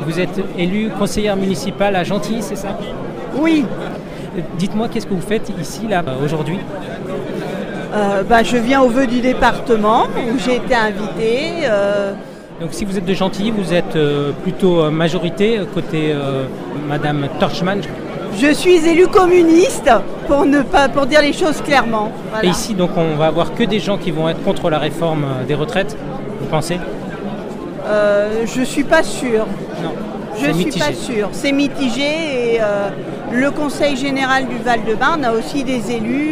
Vous êtes élue conseillère municipale à Gentilly, c'est ça ? Oui. Dites-moi, qu'est-ce que vous faites ici, là, aujourd'hui ? Je viens au vœu du département où j'ai été invitée. Donc si vous êtes de Gentilly, vous êtes plutôt majorité côté Madame Torchmann. Je suis élue communiste pour dire les choses clairement. Voilà. Et ici, donc, on va avoir que des gens qui vont être contre la réforme des retraites, vous pensez ? Je suis pas sûre. Non. Je suis pas sûre. C'est mitigé et le Conseil général du Val-de-Marne a aussi des élus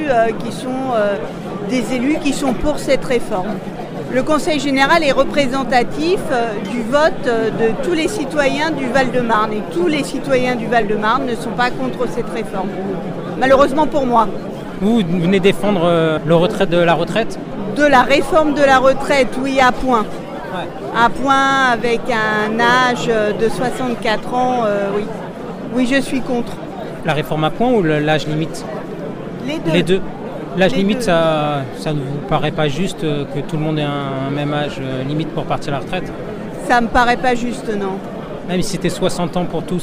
qui sont pour cette réforme. Le Conseil général est représentatif du vote de tous les citoyens du Val-de-Marne et tous les citoyens du Val-de-Marne ne sont pas contre cette réforme. Malheureusement pour moi. Vous venez défendre le retrait de la retraite ? De la réforme de la retraite, oui, à point. Ouais. À point avec un âge de 64 ans, oui. Oui, je suis contre. La réforme à point ou l'âge limite ? Les deux. L'âge limite, ça ne vous paraît pas juste que tout le monde ait un même âge limite pour partir à la retraite ? Ça me paraît pas juste, non. Même si c'était 60 ans pour tous ?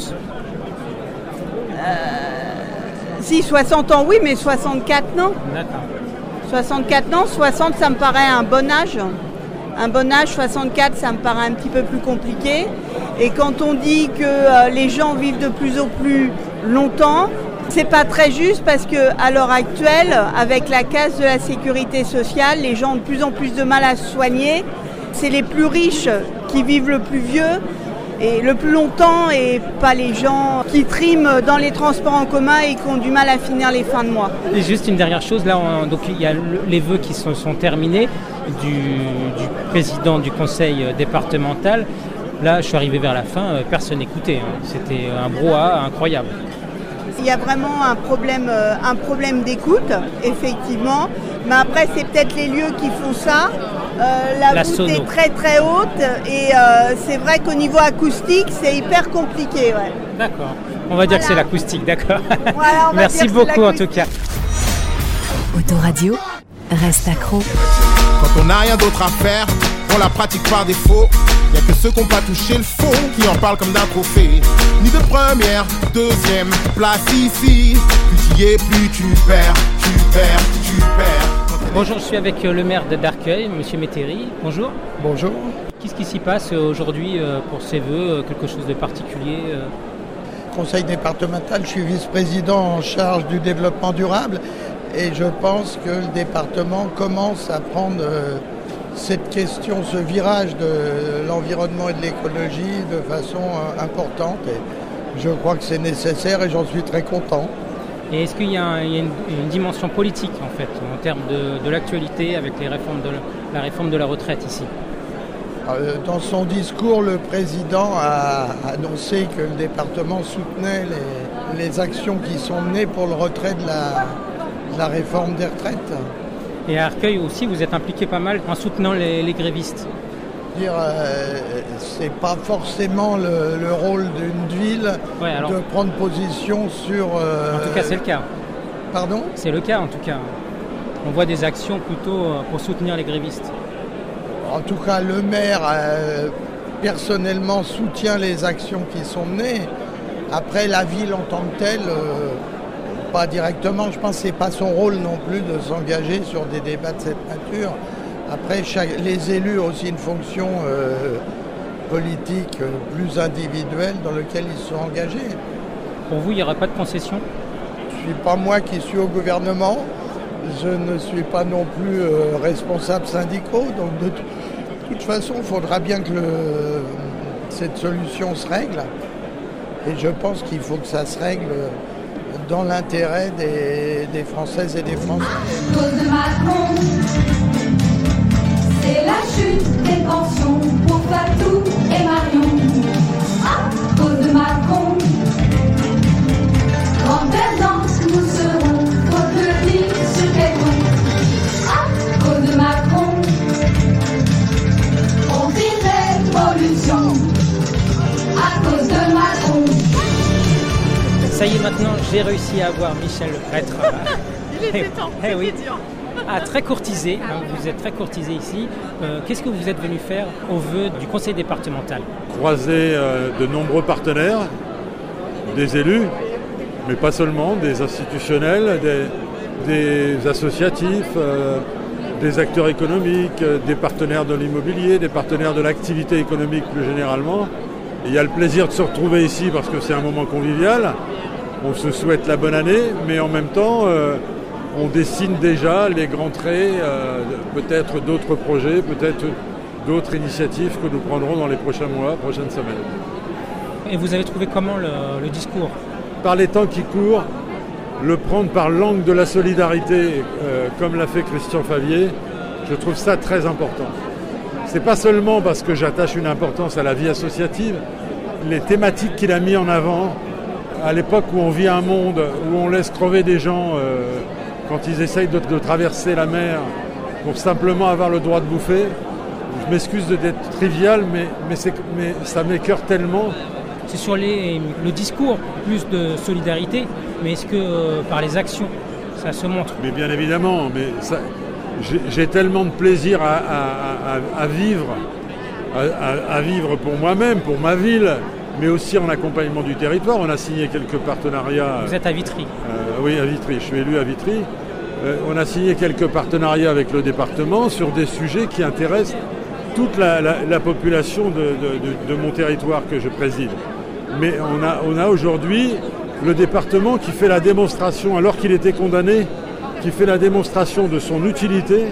Si, 60 ans, oui, mais 64, non. D'accord. 64, non. 60, ça me paraît un bon âge. Un bon âge, 64, ça me paraît un petit peu plus compliqué. Et quand on dit que les gens vivent de plus en plus longtemps, c'est pas très juste parce qu'à l'heure actuelle, avec la casse de la sécurité sociale, les gens ont de plus en plus de mal à se soigner. C'est les plus riches qui vivent le plus vieux et le plus longtemps et pas les gens qui triment dans les transports en commun et qui ont du mal à finir les fins de mois. Et juste une dernière chose, là, donc il y a les vœux qui sont terminés du président du conseil départemental. Là, je suis arrivé vers la fin, personne n'écoutait. C'était un brouhaha incroyable. Il y a vraiment un problème d'écoute, effectivement. Mais après, c'est peut-être les lieux qui font ça. La voûte est très très haute et c'est vrai qu'au niveau acoustique, c'est hyper compliqué. Ouais. D'accord. On va dire que c'est l'acoustique, d'accord. Voilà, merci beaucoup en tout cas. Autoradio, reste accro. Quand on n'a rien d'autre à faire, on la pratique par défaut. Y'a que ceux qui n'ont pas touché le fond qui en parlent comme d'un trophée. Ni de première, deuxième place ici. Plus tu y es, plus tu perds. Bonjour, je suis avec le maire d'Arcueil, monsieur Métairie. Bonjour. Bonjour. Qu'est-ce qui s'y passe aujourd'hui pour ces vœux, quelque chose de particulier Conseil départemental, je suis vice-président en charge du développement durable et je pense que le département commence à prendre cette question, ce virage de l'environnement et de l'écologie de façon importante. Et je crois que c'est nécessaire et j'en suis très content. Et est-ce qu'il y a une dimension politique en fait, en termes de l'actualité avec la réforme de la retraite ici ? Dans son discours, le président a annoncé que le département soutenait les actions qui sont menées pour le retrait de la réforme des retraites. Et à Arcueil aussi, vous êtes impliqué pas mal en soutenant les grévistes. C'est pas forcément le rôle d'une ville de prendre position sur... En tout cas, c'est le cas. Pardon ? C'est le cas, en tout cas. On voit des actions plutôt pour soutenir les grévistes. En tout cas, le maire, personnellement, soutient les actions qui sont menées. Après, la ville en tant que telle, pas directement. Je pense que ce n'est pas son rôle non plus de s'engager sur des débats de cette nature. Après, les élus ont aussi une fonction politique plus individuelle dans laquelle ils sont engagés. Pour vous, il n'y aura pas de concession ? Je ne suis pas moi qui suis au gouvernement. Je ne suis pas non plus responsable syndicaux. Donc de toute façon, il faudra bien que cette solution se règle. Et je pense qu'il faut que ça se règle dans l'intérêt des Françaises et des Français. Cause de Macron, c'est la chute des pensions pour Fatou et Marion. À cause de Macron, grand perdant, nous serons trop petits sur Québec. À cause de Macron, on vit révolution. À cause de Macron. Ça y est, maintenant, j'ai réussi à avoir Michel le prêtre. Il était temps, oui. dur. très courtisé. Hein, vous êtes très courtisé ici. Qu'est-ce que vous êtes venu faire au vœu du conseil départemental ? Croiser de nombreux partenaires, des élus, mais pas seulement, des institutionnels, des associatifs, des acteurs économiques, des partenaires de l'immobilier, des partenaires de l'activité économique plus généralement. Et il y a le plaisir de se retrouver ici parce que c'est un moment convivial. On se souhaite la bonne année, mais en même temps, on dessine déjà les grands traits, peut-être d'autres projets, peut-être d'autres initiatives que nous prendrons dans les prochains mois, prochaines semaines. Et vous avez trouvé comment le discours ? Par les temps qui courent, le prendre par l'angle de la solidarité, comme l'a fait Christian Favier, je trouve ça très important. C'est pas seulement parce que j'attache une importance à la vie associative, les thématiques qu'il a mis en avant, à l'époque où on vit un monde où on laisse crever des gens quand ils essayent de traverser la mer pour simplement avoir le droit de bouffer. Je m'excuse d'être trivial, mais ça m'écœure tellement. C'est sur le discours, plus de solidarité, mais est-ce que par les actions, ça se montre ? Mais bien évidemment, mais ça, j'ai tellement de plaisir à vivre, à vivre pour moi-même, pour ma ville, mais aussi en accompagnement du territoire. On a signé quelques partenariats. Vous êtes à Vitry ? Oui, à Vitry. Je suis élu à Vitry. On a signé quelques partenariats avec le département sur des sujets qui intéressent toute la population de mon territoire que je préside. Mais on a aujourd'hui le département qui fait la démonstration, alors qu'il était condamné, qui fait la démonstration de son utilité,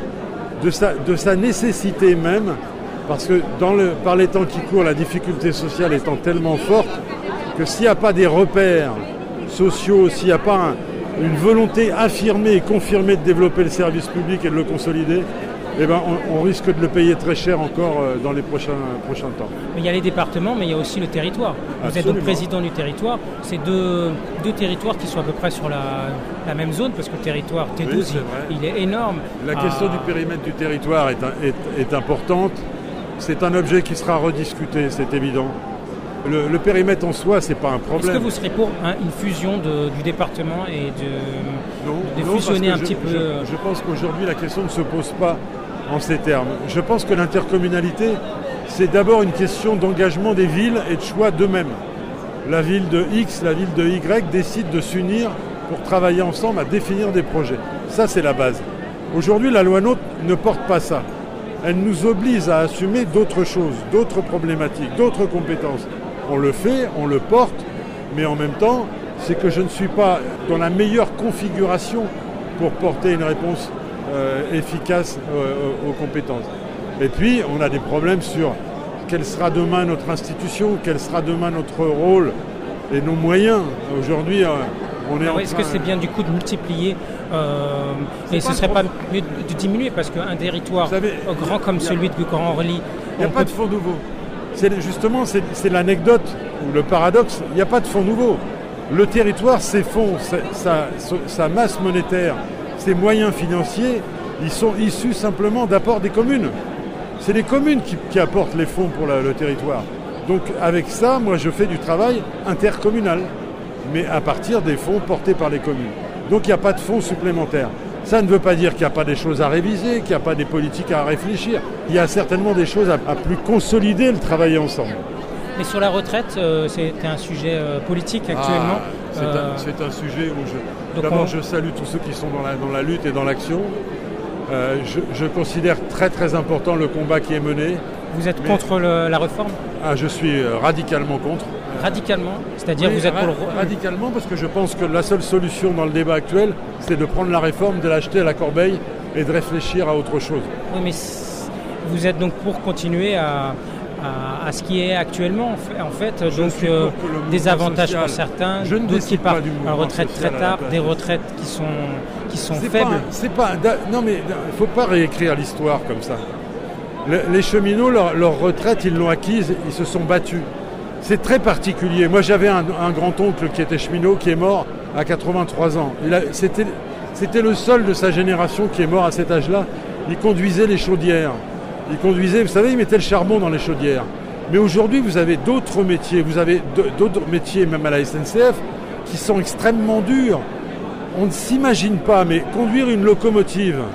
de sa nécessité même, parce que par les temps qui courent, la difficulté sociale étant tellement forte que s'il n'y a pas des repères sociaux, s'il n'y a pas une volonté affirmée et confirmée de développer le service public et de le consolider, eh ben, on risque de le payer très cher encore dans les prochains temps. Mais il y a les départements, mais il y a aussi le territoire. Vous Absolument. êtes donc président du territoire. C'est deux territoires qui sont à peu près sur la même zone, parce que le territoire T12, Oui, il est énorme. La question du périmètre du territoire est importante. C'est un objet qui sera rediscuté, c'est évident. Le périmètre en soi, c'est pas un problème. Est-ce que vous serez pour une fusion du département et de fusionner un petit peu Je pense qu'aujourd'hui, la question ne se pose pas en ces termes. Je pense que l'intercommunalité, c'est d'abord une question d'engagement des villes et de choix d'eux-mêmes. La ville de X, la ville de Y décide de s'unir pour travailler ensemble à définir des projets. Ça, c'est la base. Aujourd'hui, la loi NOTRe ne porte pas ça. Elle nous oblige à assumer d'autres choses, d'autres problématiques, d'autres compétences. On le fait, on le porte, mais en même temps, c'est que je ne suis pas dans la meilleure configuration pour porter une réponse efficace aux compétences. Et puis, on a des problèmes sur quelle sera demain notre institution, quel sera demain notre rôle et nos moyens. Aujourd'hui, on est en train... Est-ce que c'est bien du coup de multiplier et ce ne serait pas mieux de diminuer, parce qu'un territoire grand comme celui de Grand-Orly... Il n'y a pas de fonds nouveaux. C'est l'anecdote ou le paradoxe, il n'y a pas de fonds nouveaux. Le territoire, ses fonds, sa masse monétaire, ses moyens financiers, ils sont issus simplement d'apports des communes. C'est les communes qui apportent les fonds pour le territoire. Donc avec ça, moi je fais du travail intercommunal, mais à partir des fonds portés par les communes. Donc il n'y a pas de fonds supplémentaires. Ça ne veut pas dire qu'il n'y a pas des choses à réviser, qu'il n'y a pas des politiques à réfléchir. Il y a certainement des choses à plus consolider le travail ensemble. Mais sur la retraite, c'est un sujet politique actuellement. C'est un sujet où d'abord je salue tous ceux qui sont dans la lutte et dans l'action. Je considère très très important le combat qui est mené. Vous êtes contre la réforme ? Je suis radicalement contre. Radicalement ? C'est-à-dire vous êtes pour le... Radicalement, parce que je pense que la seule solution dans le débat actuel, c'est de prendre la réforme, de l'acheter à la corbeille et de réfléchir à autre chose. Oui, mais vous êtes donc pour continuer à ce qui est actuellement, en fait, donc des avantages social. Pour certains, d'autres qui partent en retraite très tard, des retraites qui sont faibles. Non, mais il ne faut pas réécrire l'histoire comme ça. Les cheminots, leur retraite, ils l'ont acquise, ils se sont battus. C'est très particulier. Moi, j'avais un grand-oncle qui était cheminot, qui est mort à 83 ans. C'était le seul de sa génération qui est mort à cet âge-là. Il conduisait les chaudières. Vous savez, il mettait le charbon dans les chaudières. Mais aujourd'hui, vous avez d'autres métiers. Vous avez d'autres métiers, même à la SNCF, qui sont extrêmement durs. On ne s'imagine pas, mais conduire une locomotive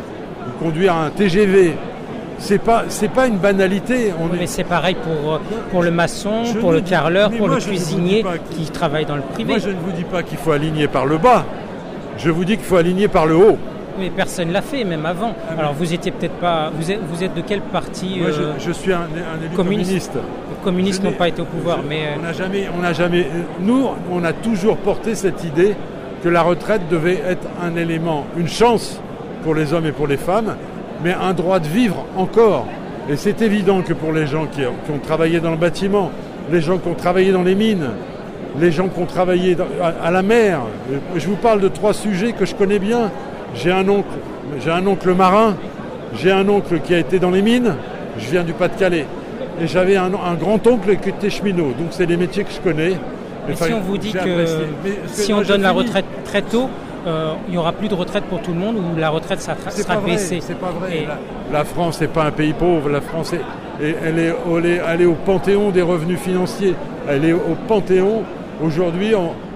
ou conduire un TGV. C'est pas une banalité. Mais c'est pareil pour le maçon, pour le carreleur, pour le cuisinier qui travaille dans le privé. Moi, je ne vous dis pas qu'il faut aligner par le bas. Je vous dis qu'il faut aligner par le haut. Mais personne ne l'a fait, même avant. Alors vous étiez peut-être pas... Vous êtes de quel parti? Moi, je suis un élu communiste. Les communistes n'ont pas été au pouvoir, mais... On n'a jamais... Nous, on a toujours porté cette idée que la retraite devait être un élément, une chance pour les hommes et pour les femmes, mais un droit de vivre encore. Et c'est évident que pour les gens qui ont travaillé dans le bâtiment, les gens qui ont travaillé dans les mines, les gens qui ont travaillé à la mer, je vous parle de 3 sujets que je connais bien. J'ai un oncle marin, j'ai un oncle qui a été dans les mines, je viens du Pas-de-Calais. Et j'avais un grand-oncle qui était cheminot, donc c'est des métiers que je connais. Mais si on vous dit que si on donne la retraite très tôt, il n'y aura plus de retraite pour tout le monde ou la retraite sera baissée. C'est pas vrai. La France n'est pas un pays pauvre. La France elle est au panthéon des revenus financiers. Elle est au panthéon aujourd'hui.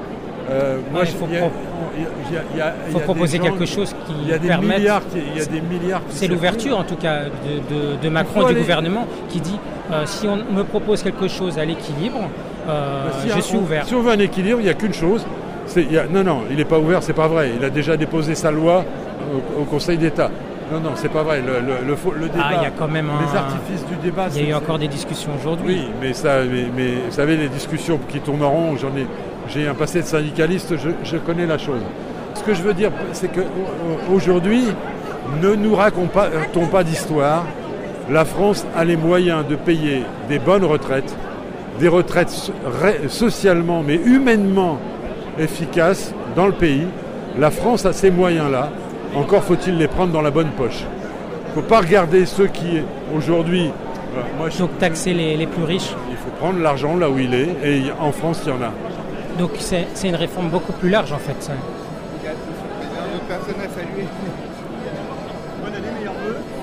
Il faut proposer quelque chose qui permette... Il y a des milliards c'est l'ouverture en tout cas de Macron et du gouvernement qui dit si on me propose quelque chose à l'équilibre, je suis ouvert. Si on veut un équilibre, il n'y a qu'une chose. Non, il n'est pas ouvert, c'est pas vrai. Il a déjà déposé sa loi au Conseil d'État. Non, c'est pas vrai. Le débat, il y a quand même les artifices du débat. Il y a eu encore des discussions aujourd'hui. Oui, mais vous savez, les discussions qui tournent en rond, j'ai un passé de syndicaliste, je connais la chose. Ce que je veux dire, c'est qu'aujourd'hui, ne nous racontons pas d'histoire. La France a les moyens de payer des bonnes retraites, des retraites socialement mais humainement efficaces dans le pays. La France a ces moyens-là. Encore faut-il les prendre dans la bonne poche. Il ne faut pas regarder ceux qui, aujourd'hui... Donc taxer les plus riches. Il faut prendre l'argent là où il est, et en France, il y en a. Donc c'est une réforme beaucoup plus large en fait. Ça. Personne à saluer. Bonne année, meilleurs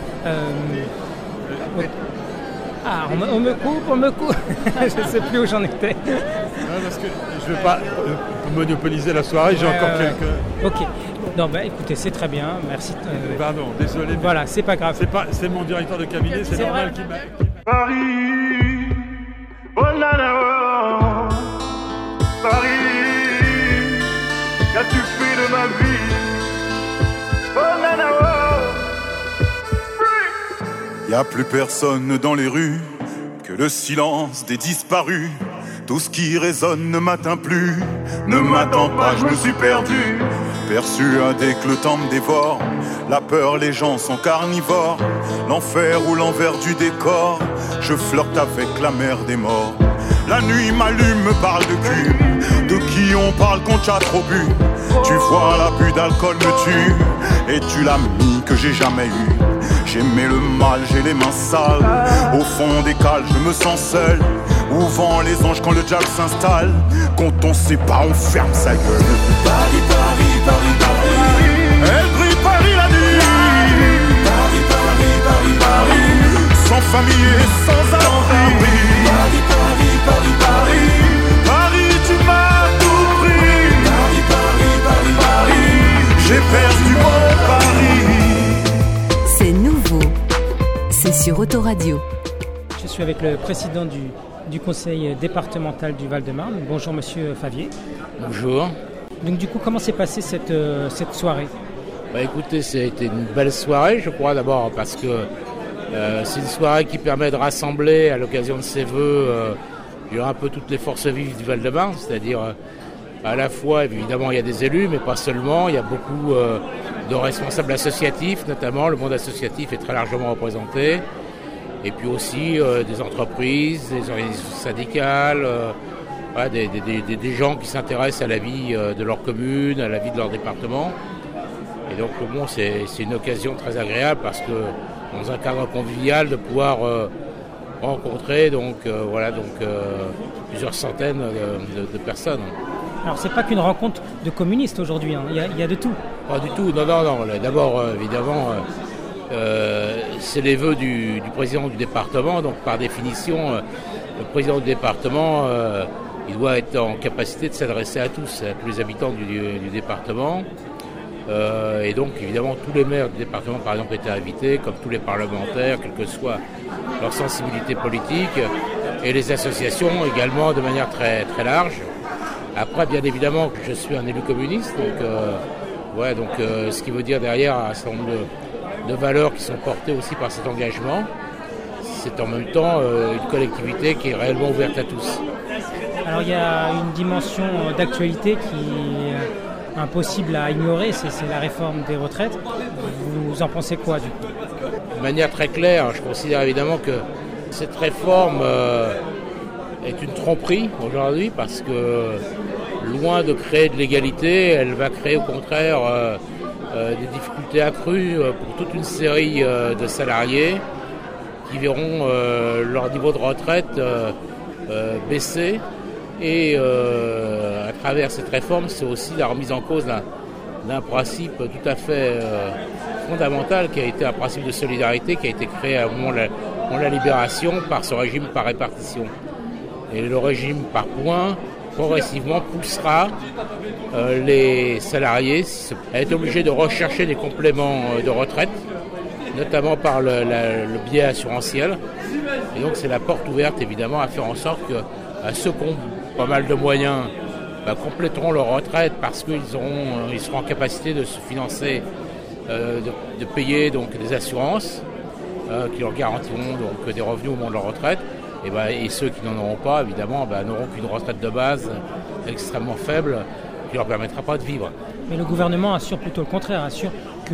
vœux. On me coupe. Je ne sais plus où j'en étais. Non, parce que je ne veux pas monopoliser la soirée, j'ai encore quelques... Ok. Non, écoutez, c'est très bien, merci. Pardon, désolé. Voilà, c'est pas grave. C'est mon directeur de cabinet, c'est normal qu'il m'a... Paris, Paris, qu'as-tu fait de ma vie? Y a plus personne dans les rues que le silence des disparus. Tout ce qui résonne ne m'atteint plus. Ne m'attends pas, je me suis perdu. Persuadé que le temps me dévore. La peur, les gens sont carnivores. L'enfer ou l'envers du décor. Je flirte avec la mer des morts. La nuit m'allume, me parle de cul. De qui on parle qu'on t'a trop bu. Tu vois, l'abus d'alcool me tue. Et tu l'ami que j'ai jamais eu. J'aimais le mal, j'ai les mains sales. Au fond des cales, je me sens seul. Où vont les anges quand le diable s'installe? Quand on sait pas, on ferme sa gueule. Paris, Paris, Paris, Paris. Elle brille Paris la nuit. Paris, Paris, Paris, Paris. Sans famille et sans abri. Paris, Paris, Paris, Paris. Paris, tu m'as tout pris. Paris, Paris, Paris, Paris. J'ai perdu mon Paris. C'est nouveau. C'est sur Autoradio. Je suis avec le président du conseil départemental du Val-de-Marne. Bonjour Monsieur Favier. Bonjour. Donc du coup, comment s'est passée cette soirée? Écoutez, c'était une belle soirée, je crois, d'abord parce que c'est une soirée qui permet de rassembler à l'occasion de ces vœux un peu toutes les forces vives du Val-de-Marne, c'est-à-dire à la fois, évidemment, il y a des élus, mais pas seulement, il y a beaucoup de responsables associatifs, notamment le monde associatif est très largement représenté. Et puis aussi des entreprises, des organisations syndicales, des gens qui s'intéressent à la vie de leur commune, à la vie de leur département. Et donc c'est une occasion très agréable parce que dans un cadre convivial de pouvoir rencontrer plusieurs centaines de personnes. Alors c'est pas qu'une rencontre de communistes aujourd'hui, hein. Il y a de tout. Pas du tout, non. D'abord évidemment... c'est les vœux du président du département, donc par définition, le président du département, il doit être en capacité de s'adresser à tous les habitants du département. Et donc évidemment tous les maires du département par exemple étaient invités, comme tous les parlementaires, quelle que soit leur sensibilité politique, et les associations également de manière très, très large. Après bien évidemment je suis un élu communiste, donc ce qui veut dire derrière un certain nombre de valeurs qui sont portées aussi par cet engagement. C'est en même temps une collectivité qui est réellement ouverte à tous. Alors il y a une dimension d'actualité qui est impossible à ignorer, c'est la réforme des retraites. Vous en pensez quoi du coup ? De manière très claire, je considère évidemment que cette réforme est une tromperie aujourd'hui parce que loin de créer de l'égalité, elle va créer au contraire des difficultés accrues pour toute une série de salariés qui verront leur niveau de retraite baisser. Et à travers cette réforme, c'est aussi la remise en cause d'un principe tout à fait fondamental qui a été un principe de solidarité qui a été créé au moment de la libération par ce régime par répartition. Et le régime par points progressivement poussera les salariés à être obligés de rechercher des compléments de retraite, notamment par le biais assurantiel. Et donc c'est la porte ouverte évidemment à faire en sorte que à ceux qui ont pas mal de moyens compléteront leur retraite parce qu'ils seront en capacité de se financer, de payer donc des assurances qui leur garantiront donc des revenus au moment de leur retraite. Et ceux qui n'en auront pas, évidemment, n'auront qu'une retraite de base extrêmement faible qui ne leur permettra pas de vivre. Mais le gouvernement assure plutôt le contraire, assure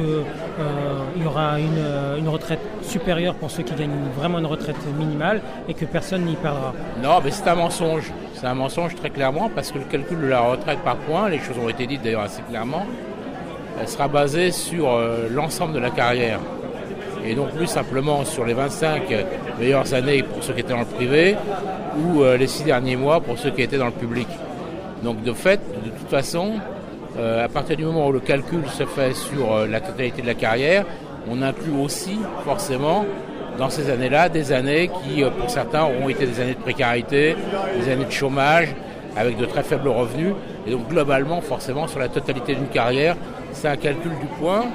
qu'il y aura une retraite supérieure pour ceux qui gagnent vraiment une retraite minimale et que personne n'y perdra. Non, mais c'est un mensonge. C'est un mensonge très clairement parce que le calcul de la retraite par points, les choses ont été dites d'ailleurs assez clairement, elle sera basée sur l'ensemble de la carrière. Et donc plus simplement sur les 25 meilleures années pour ceux qui étaient dans le privé ou les 6 derniers mois pour ceux qui étaient dans le public. Donc de fait, de toute façon, à partir du moment où le calcul se fait sur la totalité de la carrière, on inclut aussi forcément dans ces années-là des années qui pour certains auront été des années de précarité, des années de chômage avec de très faibles revenus. Et donc globalement, forcément, sur la totalité d'une carrière, c'est un calcul du point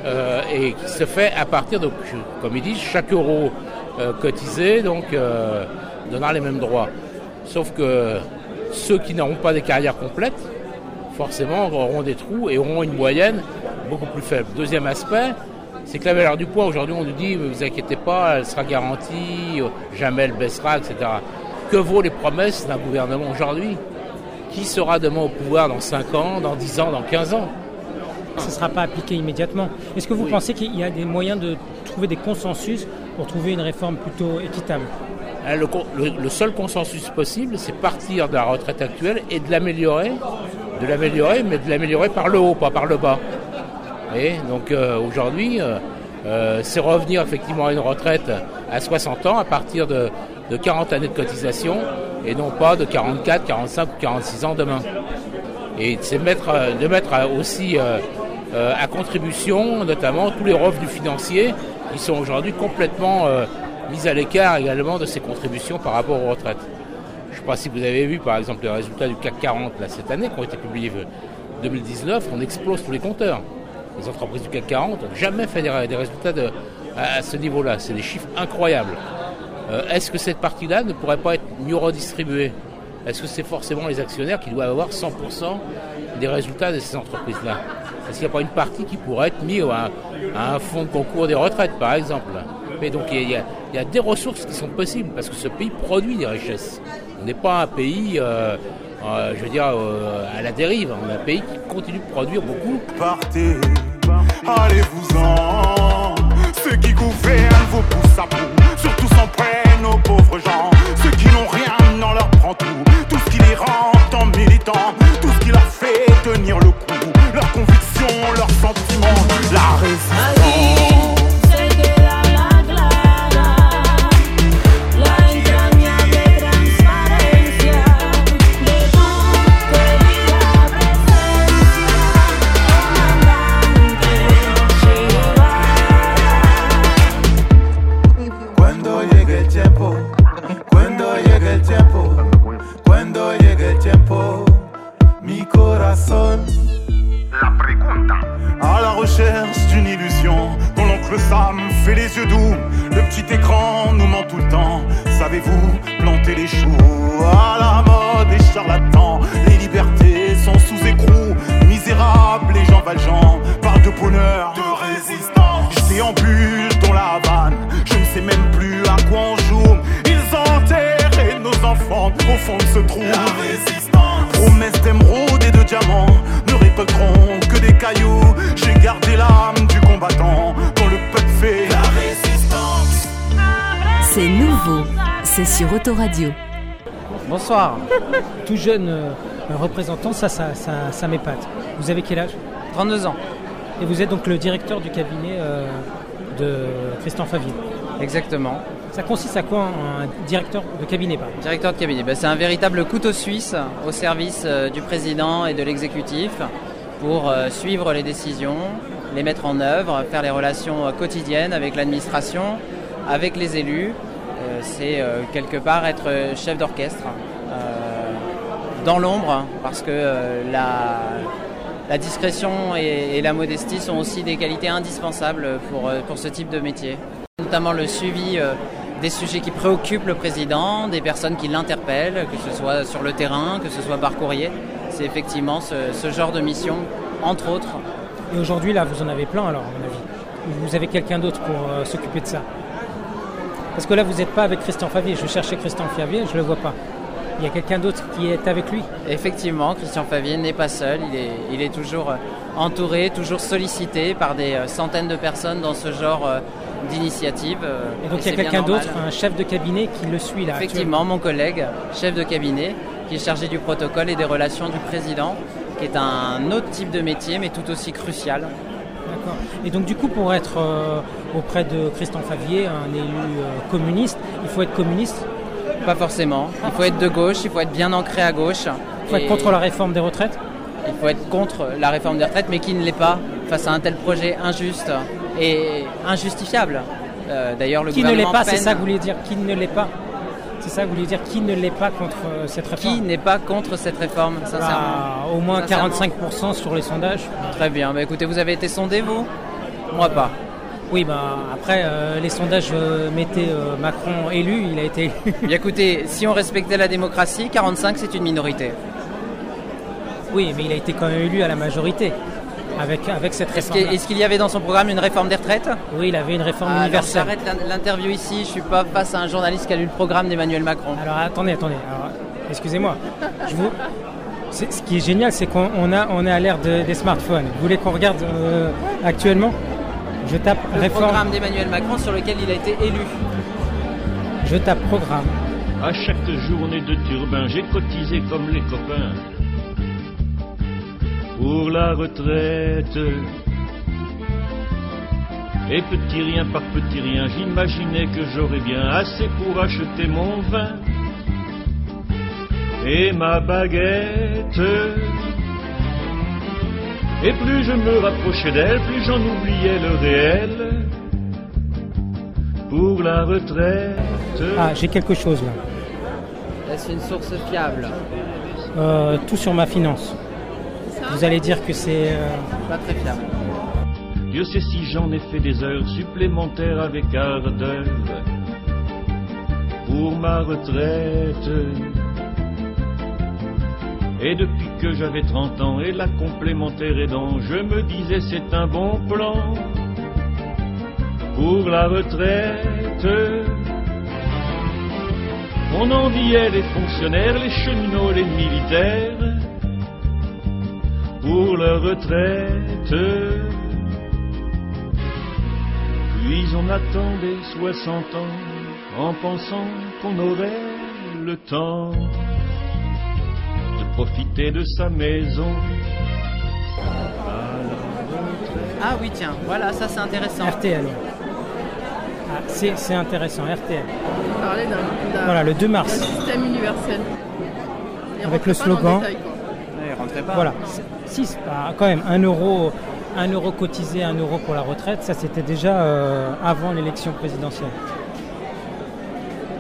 et qui se fait à partir de, comme ils disent, chaque euro cotisé donnera les mêmes droits. Sauf que ceux qui n'auront pas des carrières complètes, forcément, auront des trous et auront une moyenne beaucoup plus faible. Deuxième aspect, c'est que la valeur du poids, aujourd'hui, on nous dit, ne vous inquiétez pas, elle sera garantie, jamais elle baissera, etc. Que vaut les promesses d'un gouvernement aujourd'hui ? Qui sera demain au pouvoir dans 5 ans, dans 10 ans, dans 15 ans ? Ça ne sera pas appliqué immédiatement. Est-ce que vous pensez qu'il y a des moyens de trouver des consensus pour trouver une réforme plutôt équitable ? Le seul consensus possible, c'est partir de la retraite actuelle et de l'améliorer, mais de l'améliorer par le haut, pas par le bas. Et donc aujourd'hui, c'est revenir effectivement à une retraite à 60 ans à partir de 40 années de cotisation et non pas de 44, 45 ou 46 ans demain. Et c'est de mettre aussi à contribution notamment tous les revenus financiers qui sont aujourd'hui complètement mis à l'écart également de ces contributions par rapport aux retraites. Je ne sais pas si vous avez vu par exemple les résultats du CAC 40 là, cette année qui ont été publiés en 2019, on explose tous les compteurs. Les entreprises du CAC 40 n'ont jamais fait des résultats à ce niveau-là. C'est des chiffres incroyables. Est-ce que cette partie-là ne pourrait pas être mieux redistribuée ? Est-ce que c'est forcément les actionnaires qui doivent avoir 100% des résultats de ces entreprises-là ? Est-ce qu'il n'y a pas une partie qui pourrait être mise à un fonds de concours des retraites, par exemple ? Mais donc il y a des ressources qui sont possibles parce que ce pays produit des richesses. On n'est pas un pays, à la dérive. On est un pays qui continue de produire beaucoup. Partez, allez-vous-en. Ceux qui gouvernent vous poussent à bout. Surtout s'en prennent aux pauvres gens. Ceux qui n'ont rien, on leur prend tout. Tout ce qui les rend en militants. Tout ce qui leur fait tenir le coup. Leurs convictions, leurs sentiments. La résistance. La pregunta. à la recherche d'une illusion. Dont l'oncle Sam fait les yeux doux. Le petit écran nous ment tout le temps. Savez-vous planter les choux? À la mode des charlatans. Les libertés sont sous écrou. Misérables, les gens valjean parlent de bonheur, de résistance. Je déambule dans la Havane. Je ne sais même plus à quoi on joue. Ils ont enterré nos enfants au fond de ce trou. La résistance. Promesses d'émeraude et de diamants ne récolteront que des cailloux. J'ai gardé l'âme du combattant dont le peuple fait la résistance. C'est nouveau, c'est sur Autoradio. Bonsoir. Tout jeune représentant, ça m'épate. Vous avez quel âge? 32 ans. Et vous êtes donc le directeur du cabinet de Christian Favier. Exactement. Ça consiste à quoi un directeur de cabinet, pardon? Directeur de cabinet, c'est un véritable couteau suisse au service du président et de l'exécutif pour suivre les décisions, les mettre en œuvre, faire les relations quotidiennes avec l'administration, avec les élus. C'est quelque part être chef d'orchestre dans l'ombre, parce que la discrétion et la modestie sont aussi des qualités indispensables pour ce type de métier. Notamment le suivi des sujets qui préoccupent le président, des personnes qui l'interpellent, que ce soit sur le terrain, que ce soit par courrier. C'est effectivement ce genre de mission, entre autres. Et aujourd'hui, là, vous en avez plein, alors, à mon avis. Vous avez quelqu'un d'autre pour s'occuper de ça? Parce que là, vous n'êtes pas avec Christian Favier. Je cherchais Christian Favier, je ne le vois pas. Il y a quelqu'un d'autre qui est avec lui? Effectivement, Christian Favier n'est pas seul. Il est toujours entouré, toujours sollicité par des centaines de personnes dans ce genre d'initiative. Et donc il y a quelqu'un d'autre, un chef de cabinet qui le suit là? Effectivement, mon collègue, chef de cabinet, qui est chargé du protocole et des relations du président, qui est un autre type de métier, mais tout aussi crucial. D'accord. Et donc du coup, pour être auprès de Christian Favier, un élu communiste, il faut être communiste? Pas forcément. Il faut être de gauche, il faut être bien ancré à gauche. Il faut être contre la réforme des retraites? Il faut être contre la réforme des retraites, mais qui ne l'est pas face à un tel projet injuste et injustifiable. D'ailleurs, le gouvernement ne l'est pas, peine... c'est ça que vous voulez dire, qui ne l'est pas? C'est ça que vous voulez dire, qui ne l'est pas contre cette réforme? Qui n'est pas contre cette réforme, sincèrement? Au moins 45% sur les sondages. Très bien. Écoutez, vous avez été sondé, vous? Moi, pas. Oui, après, les sondages mettaient Macron élu, il a été élu. Bien, écoutez, si on respectait la démocratie, 45, c'est une minorité. Oui, mais il a été quand même élu à la majorité, avec cette réforme. Est-ce qu'il y avait dans son programme une réforme des retraites? Oui, il avait une réforme universelle. J'arrête l'interview ici, je ne suis pas face à un journaliste qui a lu le programme d'Emmanuel Macron. Alors, attendez. Alors, excusez-moi. Ce qui est génial, c'est qu'on est à l'ère des smartphones. Vous voulez qu'on regarde actuellement? Je tape le réforme. Programme d'Emmanuel Macron sur lequel il a été élu. Je tape programme. À chaque journée de turbin, j'ai cotisé comme les copains pour la retraite. Et petit rien par petit rien, j'imaginais que j'aurais bien assez pour acheter mon vin et ma baguette. Et plus je me rapprochais d'elle, plus j'en oubliais le réel pour la retraite. Ah, j'ai quelque chose là. Est-ce une source fiable? Tout sur ma finance. Vous allez dire que c'est... Pas très fiable. Dieu sait si j'en ai fait des heures supplémentaires avec ardeur pour ma retraite. Et depuis que j'avais 30 ans et la complémentaire aidant, je me disais c'est un bon plan pour la retraite. On enviait les fonctionnaires, les cheminots, les militaires pour leur retraite. Puis on attendait 60 ans en pensant qu'on aurait le temps de profiter de sa maison. Ah oui, tiens, voilà, ça c'est intéressant. RTL. Ah, c'est intéressant, RTL. On parlait d'un voilà, le 2 mars. système universel. Avec le slogan. Ouais, il rentrait pas. Voilà, quand même, 1 euro cotisé, 1 euro pour la retraite, ça c'était déjà avant l'élection présidentielle.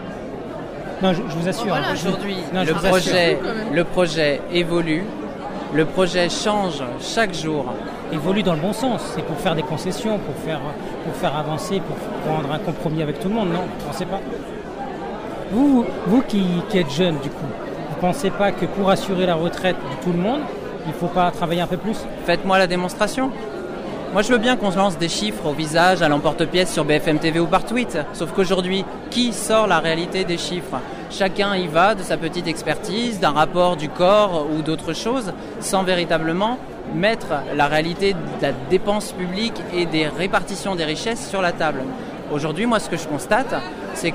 Non, je vous assure. Voilà, aujourd'hui, le projet évolue Le projet change chaque jour. Évolue dans le bon sens. C'est pour faire des concessions, pour faire avancer, pour prendre un compromis avec tout le monde. Non, vous ne pensez pas ? Vous qui êtes jeune, du coup, vous ne pensez pas que pour assurer la retraite de tout le monde, il ne faut pas travailler un peu plus ? Faites-moi la démonstration. Moi, je veux bien qu'on se lance des chiffres au visage, à l'emporte-pièce sur BFM TV ou par tweet. Sauf qu'aujourd'hui, qui sort la réalité des chiffres ? Chacun y va de sa petite expertise, d'un rapport du corps ou d'autres choses, sans véritablement mettre la réalité de la dépense publique et des répartitions des richesses sur la table. Aujourd'hui, moi, ce que je constate, c'est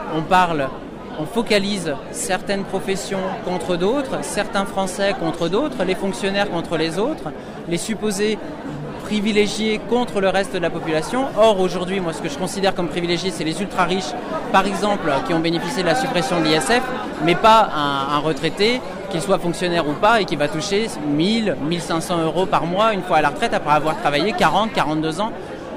on focalise certaines professions contre d'autres, certains Français contre d'autres, les fonctionnaires contre les autres, les supposés privilégiés contre le reste de la population. Or, aujourd'hui, moi, ce que je considère comme privilégiés, c'est les ultra-riches, par exemple, qui ont bénéficié de la suppression de l'ISF, mais pas un retraité, qu'il soit fonctionnaire ou pas, et qui va toucher 1 500 € par mois, une fois à la retraite, après avoir travaillé 42 ans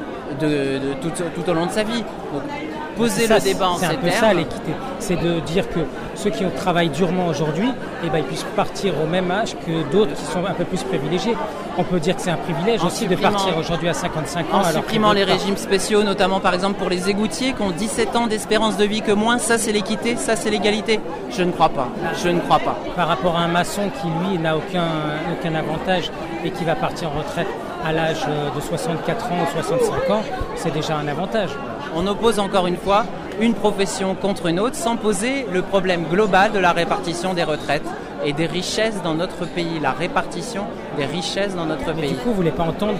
tout au long de sa vie. Donc, poser le débat en ces termes. C'est un peu ça l'équité, c'est de dire que ceux qui travaillent durement aujourd'hui, ils puissent partir au même âge que d'autres qui sont un peu plus privilégiés. On peut dire que c'est un privilège aussi de partir aujourd'hui à 55 ans. En supprimant les régimes spéciaux, notamment par exemple pour les égoutiers qui ont 17 ans d'espérance de vie que moins, ça c'est l'équité, ça c'est l'égalité. Je ne crois pas. Par rapport à un maçon qui lui n'a aucun avantage et qui va partir en retraite à l'âge de 64 ans ou 65 ans, c'est déjà un avantage. On oppose encore une fois une profession contre une autre sans poser le problème global de la répartition des retraites et des richesses dans notre pays, la répartition des richesses dans notre pays. Du coup, vous ne voulez pas entendre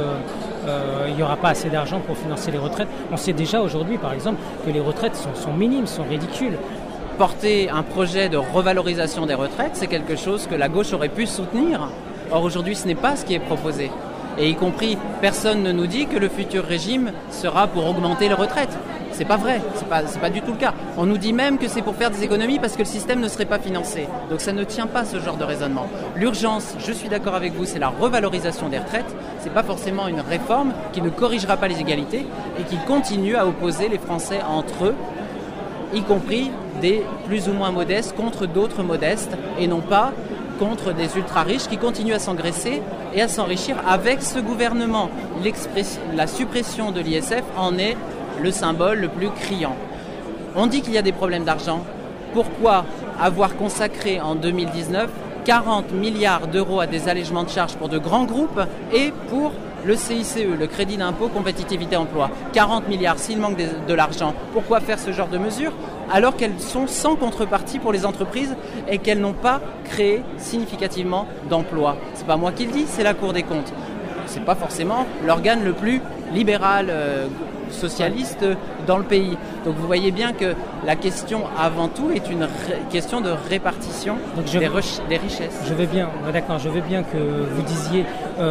qu'il n'y aura pas assez d'argent pour financer les retraites. On sait déjà aujourd'hui, par exemple, que les retraites sont minimes, sont ridicules. Porter un projet de revalorisation des retraites, c'est quelque chose que la gauche aurait pu soutenir. Or, aujourd'hui, ce n'est pas ce qui est proposé. Et y compris, personne ne nous dit que le futur régime sera pour augmenter les retraites. C'est pas vrai, c'est pas du tout le cas. On nous dit même que c'est pour faire des économies parce que le système ne serait pas financé. Donc ça ne tient pas ce genre de raisonnement. L'urgence, je suis d'accord avec vous, c'est la revalorisation des retraites. C'est pas forcément une réforme qui ne corrigera pas les égalités et qui continue à opposer les Français entre eux, y compris des plus ou moins modestes contre d'autres modestes et non pas contre des ultra-riches qui continuent à s'engraisser et à s'enrichir avec ce gouvernement. La suppression de l'ISF en est le symbole le plus criant. On dit qu'il y a des problèmes d'argent. Pourquoi avoir consacré en 2019 40 milliards d'euros à des allègements de charges pour de grands groupes et pour le CICE, le crédit d'impôt compétitivité emploi, 40 milliards, s'il manque de l'argent, pourquoi faire ce genre de mesures alors qu'elles sont sans contrepartie pour les entreprises et qu'elles n'ont pas créé significativement d'emplois? C'est pas moi qui le dis, c'est la Cour des comptes. C'est pas forcément l'organe le plus libéral, socialiste dans le pays. Donc vous voyez bien que la question avant tout est une question de répartition des richesses. Je veux bien, d'accord, je veux bien que vous disiez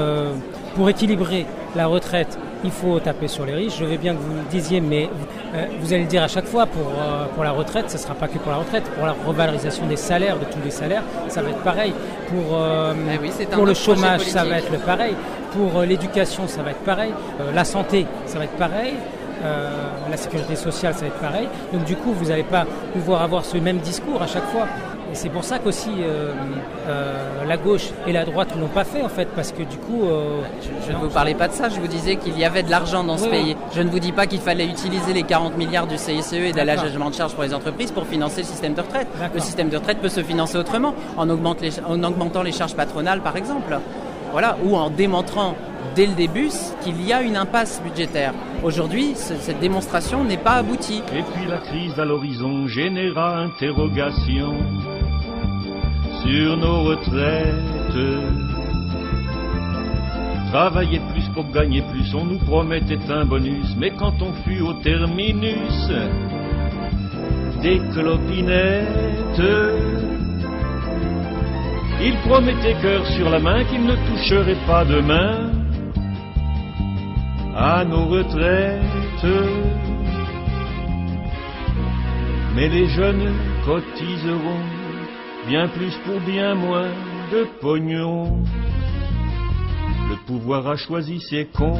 pour équilibrer la retraite, il faut taper sur les riches. Je veux bien que vous le disiez, mais vous allez le dire à chaque fois, pour la retraite, ce ne sera pas que pour la retraite, pour la revalorisation des salaires, de tous les salaires, ça va être pareil. Pour le chômage, ça va être le pareil. Pour l'éducation, ça va être pareil. La santé, ça va être pareil. La sécurité sociale, ça va être pareil. Donc du coup, vous n'allez pas pouvoir avoir ce même discours à chaque fois. Et c'est pour ça qu'aussi la gauche et la droite ne l'ont pas fait en fait, parce que du coup... Je ne vous parlais pas de ça, je vous disais qu'il y avait de l'argent dans ce pays. Je ne vous dis pas qu'il fallait utiliser les 40 milliards du CICE et de l'allègement de charges pour les entreprises pour financer le système de retraite. Le système de retraite peut se financer autrement, en augmentant les charges patronales par exemple. Voilà, ou en démontrant dès le début qu'il y a une impasse budgétaire. Aujourd'hui, cette démonstration n'est pas aboutie. Et puis la crise à l'horizon généra interrogation sur nos retraites. Travailler plus pour gagner plus, on nous promettait un bonus, mais quand on fut au terminus des clopinettes, il promettait cœur sur la main qu'il ne toucherait pas demain à nos retraites. Mais les jeunes cotiseront bien plus pour bien moins de pognon. Le pouvoir a choisi ses cons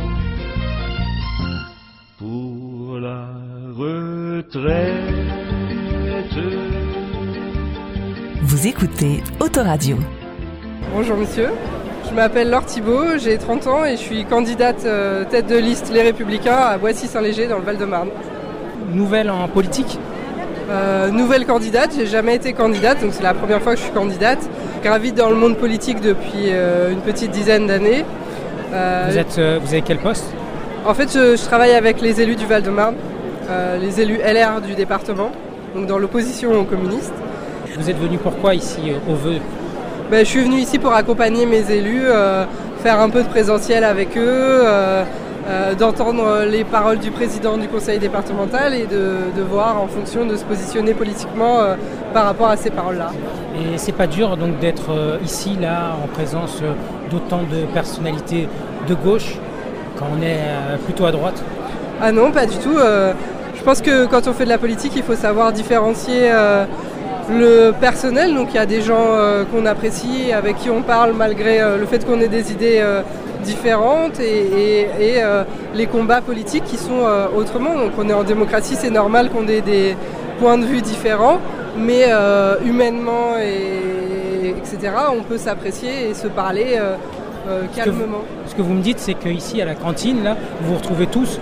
pour la retraite. Vous écoutez Autoradio. Bonjour monsieur, je m'appelle Laure Thibault, j'ai 30 ans et je suis candidate tête de liste Les Républicains à Boissy-Saint-Léger dans le Val-de-Marne. Nouvelle en politique ? Nouvelle candidate, j'ai jamais été candidate, donc c'est la première fois que je suis candidate. Gravite dans le monde politique depuis une petite dizaine d'années. Vous avez quel poste ? En fait, je travaille avec les élus du Val-de-Marne, les élus LR du département, donc dans l'opposition aux communistes. Vous êtes venu pourquoi ici au Vœu ? Je suis venu ici pour accompagner mes élus, faire un peu de présentiel avec eux, d'entendre les paroles du président du conseil départemental et de voir en fonction de se positionner politiquement par rapport à ces paroles-là. Et c'est pas dur donc d'être ici, là, en présence d'autant de personnalités de gauche quand on est plutôt à droite ? Ah non, pas du tout. Je pense que quand on fait de la politique, il faut savoir différencier le personnel. Donc il y a des gens qu'on apprécie, avec qui on parle malgré le fait qu'on ait des idées différentes et les combats politiques qui sont autrement. Donc on est en démocratie, c'est normal qu'on ait des points de vue différents, mais humainement etc., on peut s'apprécier et se parler calmement. Ce que vous me dites, c'est qu'ici à la cantine, là, vous vous retrouvez tous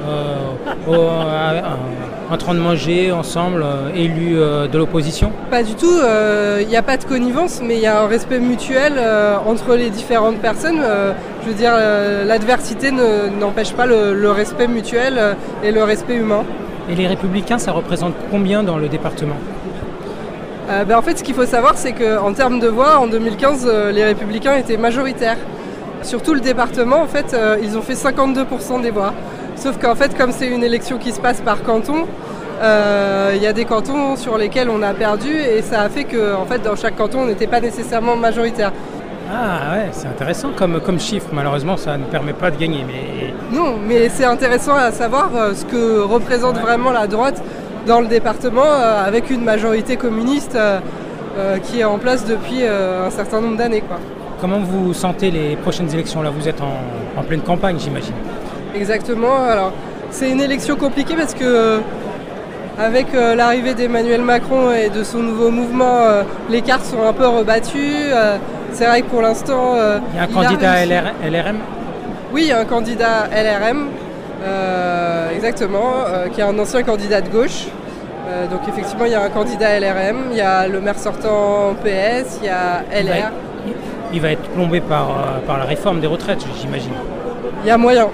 en train de manger ensemble, élus de l'opposition ? Pas du tout, il n'y a pas de connivence, mais il y a un respect mutuel entre les différentes personnes. Je veux dire, l'adversité n'empêche pas le respect mutuel et le respect humain. Et les Républicains, ça représente combien dans le département ? En fait, ce qu'il faut savoir, c'est qu'en termes de voix, en 2015, les Républicains étaient majoritaires. Sur tout le département, en fait, ils ont fait 52% des voix. Sauf qu'en fait, comme c'est une élection qui se passe par canton, il y a des cantons sur lesquels on a perdu et ça a fait que, en fait, dans chaque canton, on n'était pas nécessairement majoritaire. Ah ouais, c'est intéressant comme chiffre. Malheureusement, ça ne permet pas de gagner. Non, mais c'est intéressant à savoir ce que représente vraiment la droite dans le département avec une majorité communiste qui est en place depuis un certain nombre d'années, quoi. Comment vous sentez les prochaines élections ? Là, vous êtes en pleine campagne, j'imagine. Exactement. Alors, c'est une élection compliquée parce que avec l'arrivée d'Emmanuel Macron et de son nouveau mouvement, les cartes sont un peu rebattues. C'est vrai que pour l'instant... il y a un candidat LRM ? Oui, il y a un candidat LRM, exactement, qui est un ancien candidat de gauche. Donc effectivement, il y a un candidat LRM, il y a le maire sortant PS, il y a LR. Il va être plombé par la réforme des retraites, j'imagine. Il y a moyen.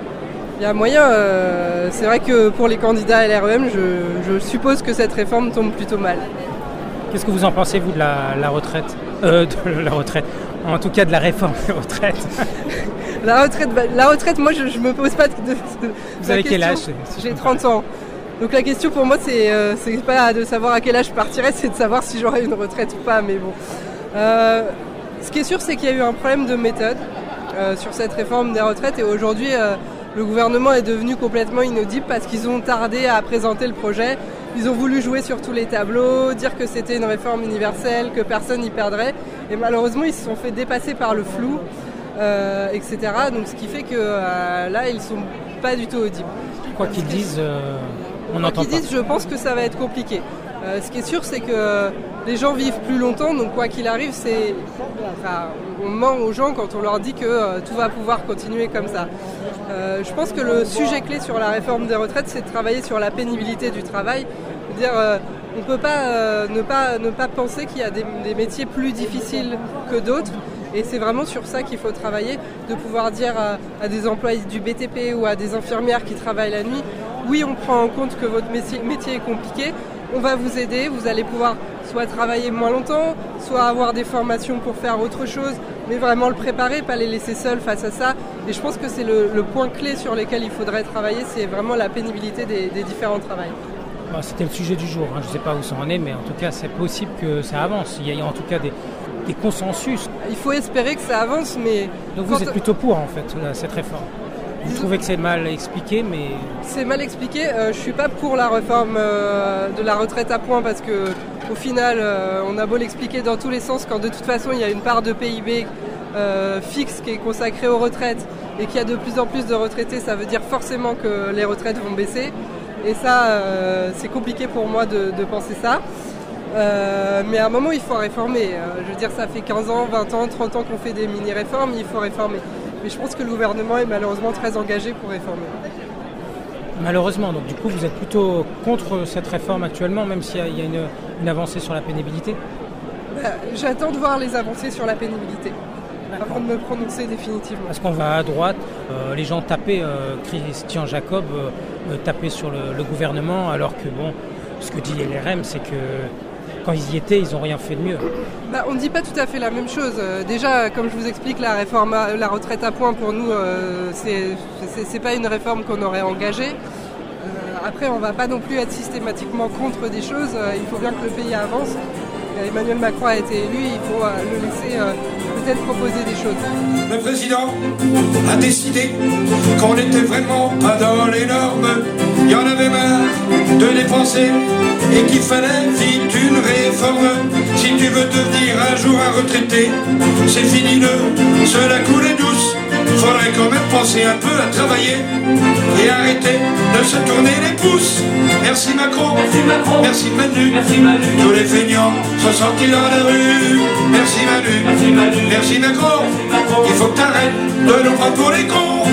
C'est vrai que pour les candidats LREM, je suppose que cette réforme tombe plutôt mal. Qu'est-ce que vous en pensez, vous, de la retraite de la retraite, en tout cas de la réforme des retraites. La retraite, moi, je me pose pas de Vous avez quel âge ? J'ai 30 ans. Donc la question pour moi, c'est pas de savoir à quel âge je partirais, c'est de savoir si j'aurai une retraite ou pas. Mais bon. Ce qui est sûr, c'est qu'il y a eu un problème de méthode sur cette réforme des retraites et aujourd'hui, le gouvernement est devenu complètement inaudible parce qu'ils ont tardé à présenter le projet. Ils ont voulu jouer sur tous les tableaux, dire que c'était une réforme universelle, que personne n'y perdrait. Et malheureusement, ils se sont fait dépasser par le flou, etc. Donc ce qui fait que là, ils ne sont pas du tout audibles. Quoi qu'ils disent, on n'entend pas. Quoi qu'ils disent, je pense que ça va être compliqué. Ce qui est sûr, c'est que les gens vivent plus longtemps, donc quoi qu'il arrive, on ment aux gens quand on leur dit que tout va pouvoir continuer comme ça. Je pense que le sujet clé sur la réforme des retraites, c'est de travailler sur la pénibilité du travail. C'est-à-dire, on ne peut pas ne pas penser qu'il y a des métiers plus difficiles que d'autres. Et c'est vraiment sur ça qu'il faut travailler, de pouvoir dire à des employés du BTP ou à des infirmières qui travaillent la nuit, oui, on prend en compte que votre métier est compliqué, on va vous aider, vous allez pouvoir soit travailler moins longtemps, soit avoir des formations pour faire autre chose, mais vraiment le préparer, pas les laisser seuls face à ça. Et je pense que c'est le point clé sur lequel il faudrait travailler, c'est vraiment la pénibilité des différents travails. C'était le sujet du jour, je ne sais pas où ça en est, mais en tout cas c'est possible que ça avance. Il y a en tout cas des consensus. Il faut espérer que ça avance, mais... Donc vous êtes plutôt pour en fait cette réforme ? Vous trouvez que c'est mal expliqué, mais... C'est mal expliqué. Je ne suis pas pour la réforme de la retraite à points parce que au final, on a beau l'expliquer dans tous les sens, quand de toute façon il y a une part de PIB fixe qui est consacrée aux retraites et qu'il y a de plus en plus de retraités, ça veut dire forcément que les retraites vont baisser. Et ça, c'est compliqué pour moi de penser ça. Mais à un moment, il faut réformer. Je veux dire, ça fait 15 ans, 20 ans, 30 ans qu'on fait des mini-réformes, il faut réformer. Mais je pense que le gouvernement est malheureusement très engagé pour réformer. Malheureusement, donc du coup, vous êtes plutôt contre cette réforme actuellement, même s'il y a une avancée sur la pénibilité ? J'attends de voir les avancées sur la pénibilité avant de me prononcer définitivement. Parce qu'on va à droite, les gens tapaient, Christian Jacob tapait sur le gouvernement, alors que bon, ce que dit LRM, c'est que quand ils y étaient, ils n'ont rien fait de mieux. On ne dit pas tout à fait la même chose. Déjà, comme je vous explique, la réforme, la retraite à points, pour nous, c'est pas une réforme qu'on aurait engagée. Après, on ne va pas non plus être systématiquement contre des choses. Il faut bien que le pays avance. Emmanuel Macron a été élu, il faut le laisser peut-être proposer des choses. Le président a décidé qu'on n'était vraiment pas dans les normes. Il y en avait marre de dépenser et qu'il fallait vite une réforme. Si tu veux devenir un jour un retraité, c'est fini de se la couler douce. Faudrait quand même penser un peu à travailler et arrêter de se tourner les pouces. Merci Macron, merci Manu, tous les feignants sont sortis dans la rue. Merci Manu, merci Macron, il faut que t'arrêtes de nous prendre pour les cons.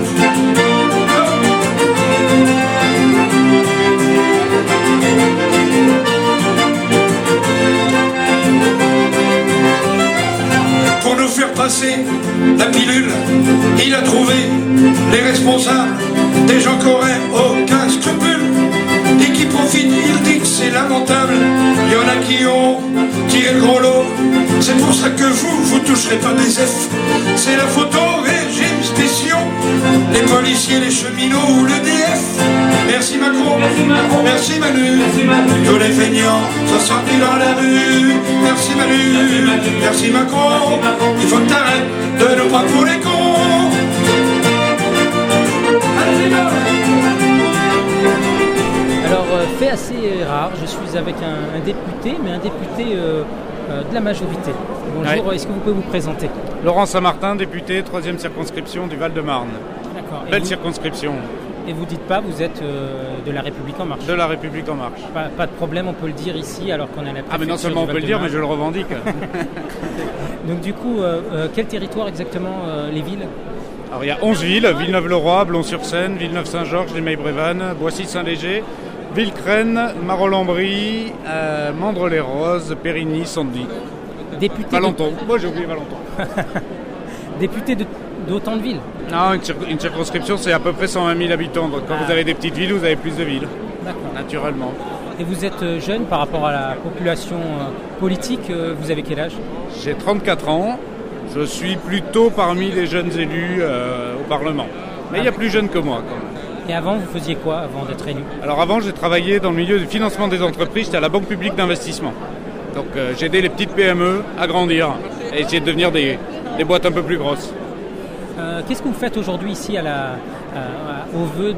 Pour nous faire passer la pilule, il a trouvé les responsables, des gens qui auraient aucun scrupule et qui profitent, il dit que c'est lamentable. Il y en a qui ont tiré le gros lot, c'est pour ça que vous toucherez pas des F. C'est la faute au régime spéciaux, les policiers, les cheminots ou le DF. Merci Macron, merci Manu, tous les feignants sont sortis dans la rue. Merci Manu, merci Macron, il faut que t'arrêtes de nous prendre pour les cons. Alors, fait assez rare, je suis avec un député, mais un député de la majorité. Bonjour, ouais. Est-ce que vous pouvez vous présenter ? Laurent Saint-Martin, député, 3e circonscription du Val-de-Marne. D'accord. Belle circonscription. Et vous dites pas, vous êtes de la République En Marche ? De la République En Marche. Pas de problème, on peut le dire ici alors qu'on est à la préfecture. Ah mais non seulement on peut le dire, mais je le revendique. Donc du coup, quel territoire exactement, les villes ? Alors il y a 11 villes, Villeneuve-le-Roi, Blon-sur-Seine, Villeneuve-Saint-Georges, Les Mailles-Brévannes, Boissy-Saint-Léger, Villecrène, Marolles-en-Brie, Mandres-les-Roses, Périgny, Sandy. Député Valenton. Moi j'ai oublié Valenton. Député d'autant de villes ? Non, une circonscription c'est à peu près 120 000 habitants. Donc quand vous avez des petites villes, vous avez plus de villes. D'accord. Naturellement. Et vous êtes jeune par rapport à la population politique, vous avez quel âge ? J'ai 34 ans. Je suis plutôt parmi les jeunes élus au Parlement. Mais il y a plus jeunes que moi quand même. Et avant, vous faisiez quoi avant d'être élu ? Alors avant, j'ai travaillé dans le milieu du financement des entreprises. J'étais à la Banque publique d'investissement. Donc j'ai aidé les petites PME à grandir et essayer de devenir des boîtes un peu plus grosses. Qu'est-ce que vous faites aujourd'hui ici au vœu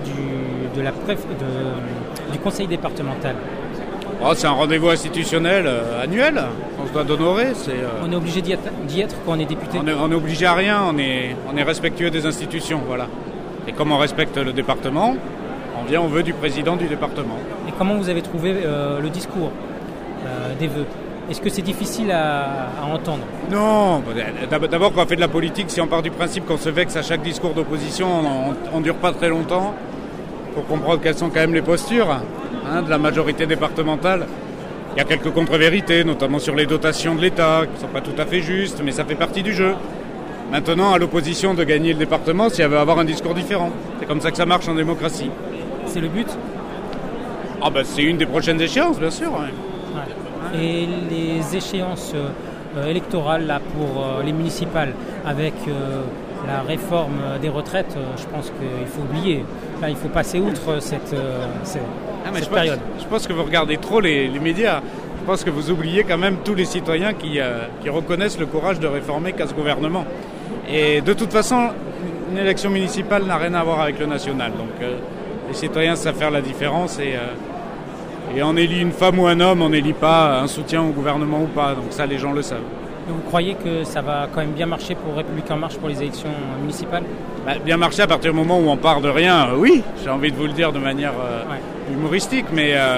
du conseil départemental ? C'est un rendez-vous institutionnel annuel qu'on se doit d'honorer. On est obligé d'y être quand on est député ? On est obligé à rien, on est respectueux des institutions, voilà. Et comme on respecte le département, on vient au vœu du président du département. Et comment vous avez trouvé le discours des vœux ? Est-ce que c'est difficile à entendre ? Non, d'abord quand on fait de la politique, si on part du principe qu'on se vexe à chaque discours d'opposition, on ne dure pas très longtemps pour comprendre quelles sont quand même les postures de la majorité départementale. Il y a quelques contre-vérités, notamment sur les dotations de l'État, qui ne sont pas tout à fait justes, mais ça fait partie du jeu. Maintenant, à l'opposition de gagner le département si elle veut avoir un discours différent. C'est comme ça que ça marche en démocratie. C'est le but ? C'est une des prochaines échéances, bien sûr. Ouais. Ouais. Et les échéances électorales là, pour les municipales, avec la réforme des retraites, je pense qu'il faut oublier. Là, il faut passer outre cette période. Je pense que vous regardez trop les médias. Je pense que vous oubliez quand même tous les citoyens qui reconnaissent le courage de réformer qu'a ce gouvernement. Et de toute façon, une élection municipale n'a rien à voir avec le national. Donc les citoyens savent faire la différence et on élit une femme ou un homme, on n'élit pas un soutien au gouvernement ou pas. Donc ça, les gens le savent. Et vous croyez que ça va quand même bien marcher pour République En Marche pour les élections municipales ? Bien marcher à partir du moment où on part de rien, oui. J'ai envie de vous le dire de manière humoristique, mais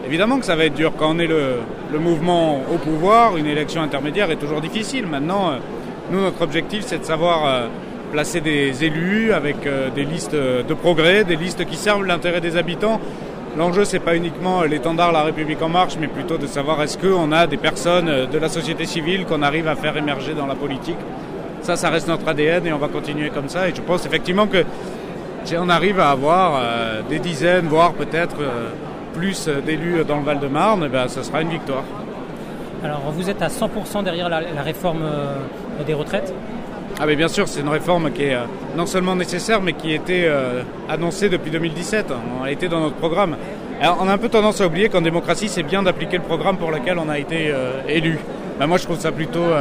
Évidemment que ça va être dur. Quand on est le mouvement au pouvoir, une élection intermédiaire est toujours difficile. Maintenant, nous, notre objectif, c'est de savoir placer des élus avec des listes de progrès, des listes qui servent l'intérêt des habitants. L'enjeu, c'est pas uniquement l'étendard La République En Marche, mais plutôt de savoir est-ce qu'on a des personnes de la société civile qu'on arrive à faire émerger dans la politique. Ça reste notre ADN et on va continuer comme ça. Et je pense effectivement que si on arrive à avoir des dizaines, voire peut-être plus d'élus dans le Val-de-Marne, ça sera une victoire. Alors vous êtes à 100% derrière la réforme des retraites ? Ah mais bien sûr, c'est une réforme qui est non seulement nécessaire, mais qui était annoncée depuis 2017. On a été dans notre programme. Alors, on a un peu tendance à oublier qu'en démocratie, c'est bien d'appliquer le programme pour lequel on a été élu. Moi, je trouve ça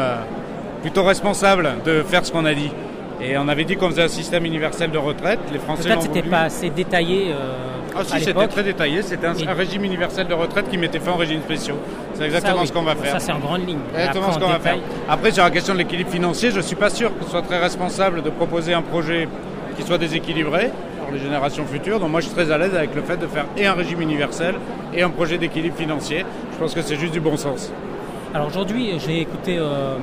plutôt responsable de faire ce qu'on a dit. Et on avait dit qu'on faisait un système universel de retraite. Les Français peut-être l'ont voulu. C'était pas assez détaillé. Ah si, c'était très détaillé. C'était un régime universel de retraite qui mettait fin aux régimes spéciaux. C'est exactement ce qu'on va faire. Ça, c'est en grande ligne. Exactement ce qu'on va faire. Après, sur la question de l'équilibre financier, je ne suis pas sûr que ce soit très responsable de proposer un projet qui soit déséquilibré pour les générations futures. Donc moi, je suis très à l'aise avec le fait de faire et un régime universel et un projet d'équilibre financier. Je pense que c'est juste du bon sens. Alors aujourd'hui, j'ai écouté